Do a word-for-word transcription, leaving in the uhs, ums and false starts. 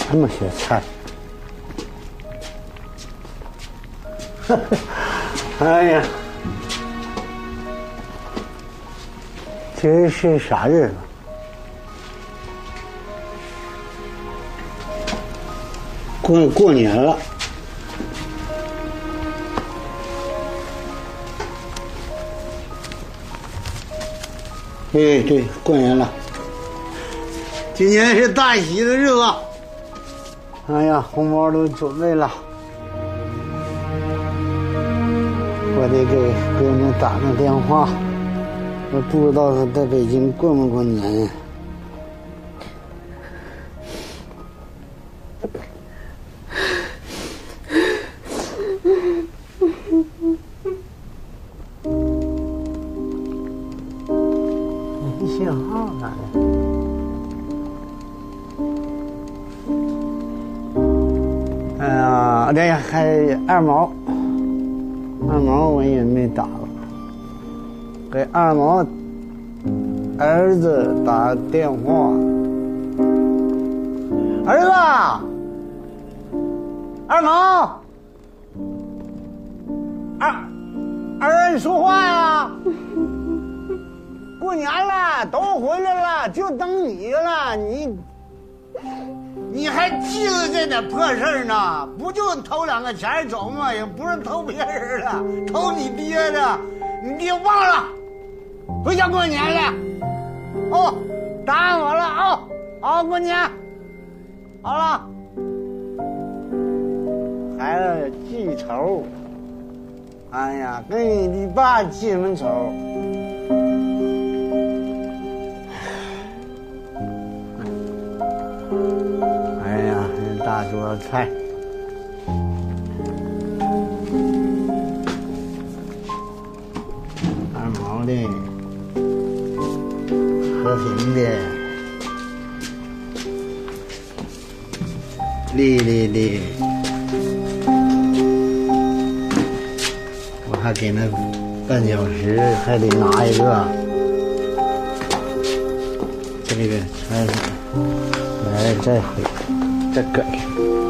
这么些菜。哎呀，这是啥日子？过过年了。对对，过年了。今年是大喜的日子。哎呀，红包都准备了。我得给闺女打个电话，我不知道她在北京过没过年呀。没信号咋的？哎呀，这还二毛。二毛我也没打了，给二毛儿子打电话。儿子，二毛，二儿子说话呀！过年了，都回来了，就等你了，你。你还记得这点破事儿呢？不就偷两个钱走吗？也不是偷别人的，偷你爹的，你别忘了，回家过年了。哦，答应我了啊！哦，好，过年好了。孩子记仇，哎呀，跟你爸记什么仇？大桌菜，二毛的，和平的，丽丽的，我还给那绊脚石还得拿一个，这个穿来再回。再给。